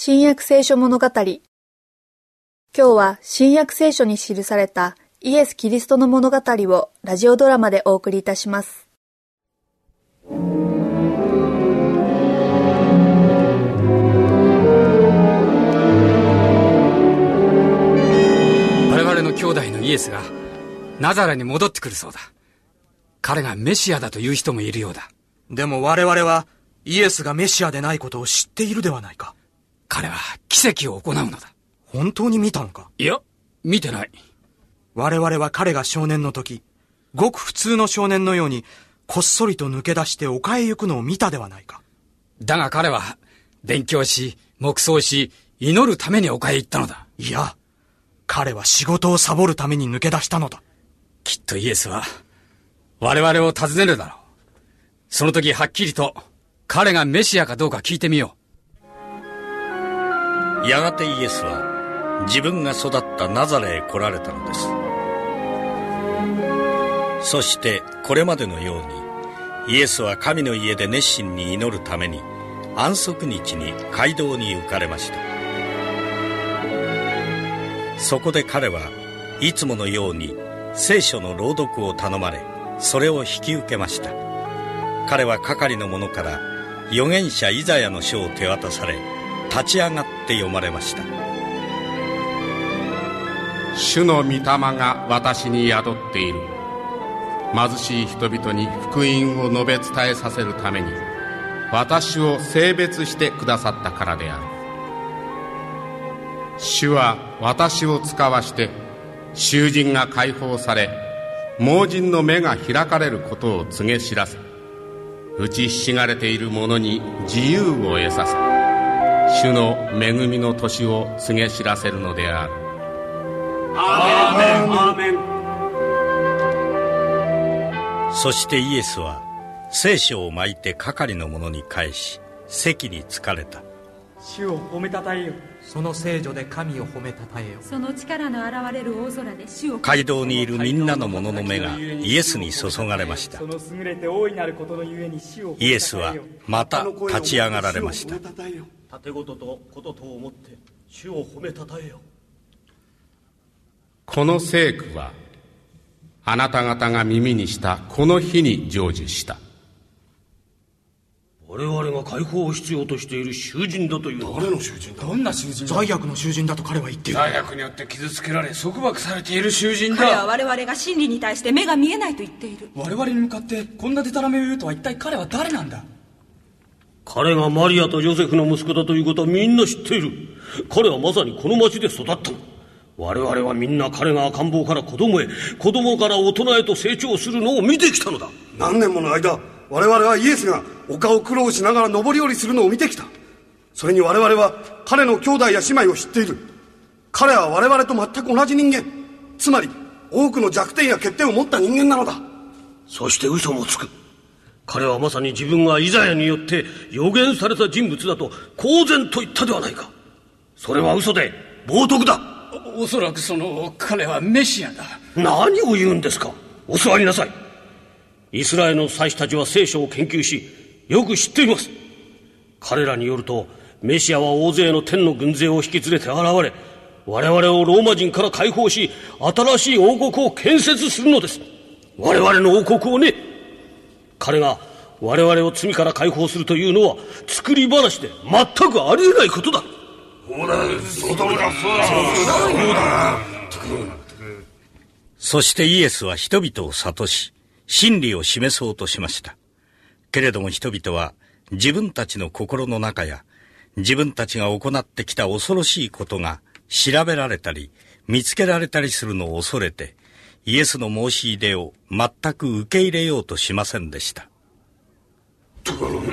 新約聖書物語。今日は新約聖書に記されたイエス・キリストの物語をラジオドラマでお送りいたします。 我々の兄弟のイエスがナザレに戻ってくるそうだ。彼がメシアだという人もいるようだ。 でも我々はイエスがメシアでないことを知っているではないか。 彼は奇跡を行うのだ。 本当に見たのか？ いや、見てない。 我々は彼が少年の時、ごく普通の少年のようにこっそりと抜け出して丘へ行くのを見たではないか。 だが彼は勉強し、黙想し、祈るために丘へ行ったのだ。 いや、彼は仕事をサボるために抜け出したのだ。 きっとイエスは我々を訪ねるだろう。その時はっきりと彼がメシアかどうか聞いてみよう。 やがてイエスは自分が育ったナザレへ来られたのです。そしてこれまでのようにイエスは神の家で熱心に祈るために安息日に街道に行かれました。そこで彼はいつものように聖書の朗読を頼まれ、それを引き受けました。彼は係の者から預言者イザヤの書を手渡され、立ち上がって読まれました。 主の御霊が私に宿っている。貧しい人々に福音を述べ伝えさせるために私を聖別してくださったからである。主は私を使わして囚人が解放され、盲人の目が開かれることを告げ知らせ、打ちひしがれている者に自由を得させ、主の恵みの年を告げ知らせるのである。 アーメン、アーメン。そしてイエスは聖書を巻いて係の者に返し、席に着かれた。 主を褒めたたえよ。 その聖女で神を褒めたたえよ。 その力の現れる大空で主を。 街道にいるみんなの者の目がイエスに注がれました。 その優れて大いなることのゆえに主を褒めたたえよ。 イエスはまた立ち上がられました。 盾事とこととをもって主を褒めたたえよ。 この聖句はあなた方が耳にしたこの日に成就した。 我々が解放を必要としている囚人だというのは。 誰の囚人だ？ どんな囚人だ？罪悪の囚人だと彼は言っている。 罪悪によって傷つけられ束縛されている囚人だ。 彼は我々が真理に対して目が見えないと言っている。 我々に向かってこんなデタラメを言うとは一体彼は誰なんだ？ 彼がマリアとヨセフの息子だということはみんな知っている。彼はまさにこの町で育ったの。我々はみんな彼が赤ん坊から子供へ、子供から大人へと成長するのを見てきたのだ。 何年もの間、我々はイエスが丘を苦労しながら上り下りするのを見てきた。それに我々は彼の兄弟や姉妹を知っている。彼は我々と全く同じ人間、つまり多くの弱点や欠点を持った人間なのだ。 そして嘘もつく。彼はまさに自分がイザヤによって予言された人物だと公然と言ったではないか。それは嘘で冒涜だ。 おそらく彼はメシアだ。 何を言うんですか。お座りなさい。イスラエルの祭司たちは聖書を研究しよく知っています。彼らによるとメシアは大勢の天の軍勢を引き連れて現れ、我々をローマ人から解放し新しい王国を建設するのです。我々の王国をね。彼が我々を罪から解放するというのは作り話で全くありえないことだ。 そしてイエスは人々を諭し、真理を示そうとしました。けれども人々は自分たちの心の中や自分たちが行ってきた恐ろしいことが調べられたり見つけられたりするのを恐れて、イエスの申し入れを全く受け入れようとしませんでした。 どういうこと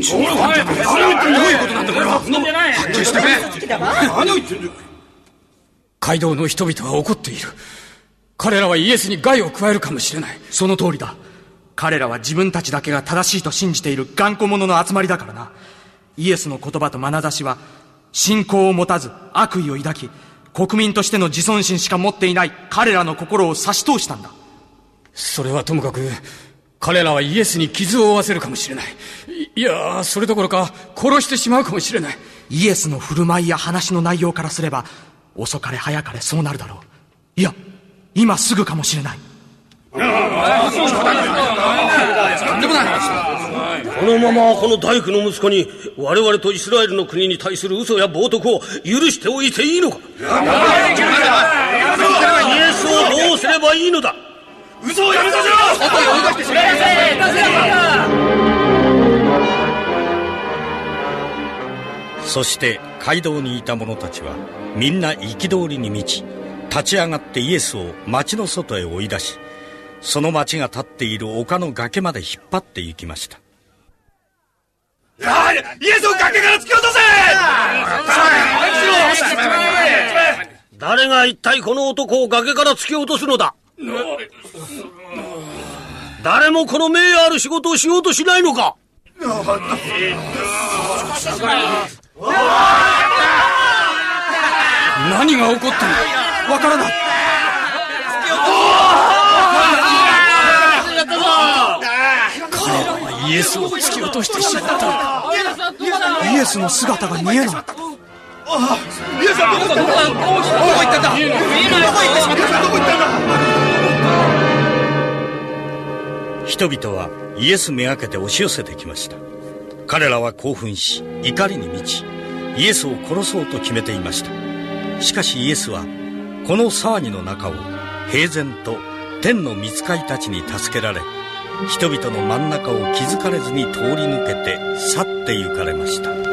なんだこれは。はっきりしてくれ。何を言ってる。 街道の人々は怒っている。彼らはイエスに害を加えるかもしれない。 その通りだ。彼らは自分たちだけが正しいと信じている頑固者の集まりだからな。イエスの言葉と眼差しは信仰を持たず悪意を抱き、国民としての自尊心しか持っていない彼らの心を差し通したんだ。 それはともかく彼らはイエスに傷を負わせるかもしれない。いや、それどころか殺してしまうかもしれない。 イエスの振る舞いや話の内容からすれば、遅かれ早かれそうなるだろう。いや、今すぐかもしれない。 このままこの大工の息子に我々とイスラエルの国に対する嘘や冒涜を許しておいていいのか。イエスをどうすればいいのだ。 嘘をやめさせろ。 そして街道にいた者たちはみんな憤りに満ち、立ち上がってイエスを町の外へ追い出し、その町が立っている丘の崖まで引っ張って行きました。 イエスを崖から突き落とせ。 誰が一体この男を崖から突き落とすのだ。誰もこの名誉ある仕事をしようとしないのか。 何が起こったのかわからない。彼らはイエスを突き落としてしまった。 イエスの姿が見えない。 イエスはどこ行ったんだ。どこ行ったんだ。 人々はイエスめがけて押し寄せてきました。彼らは興奮し、怒りに満ち、イエスを殺そうと決めていました。しかしイエスはこの騒ぎの中を平然と天の御使いたちに助けられ、人々の真ん中を気づかれずに通り抜けて去って行かれました。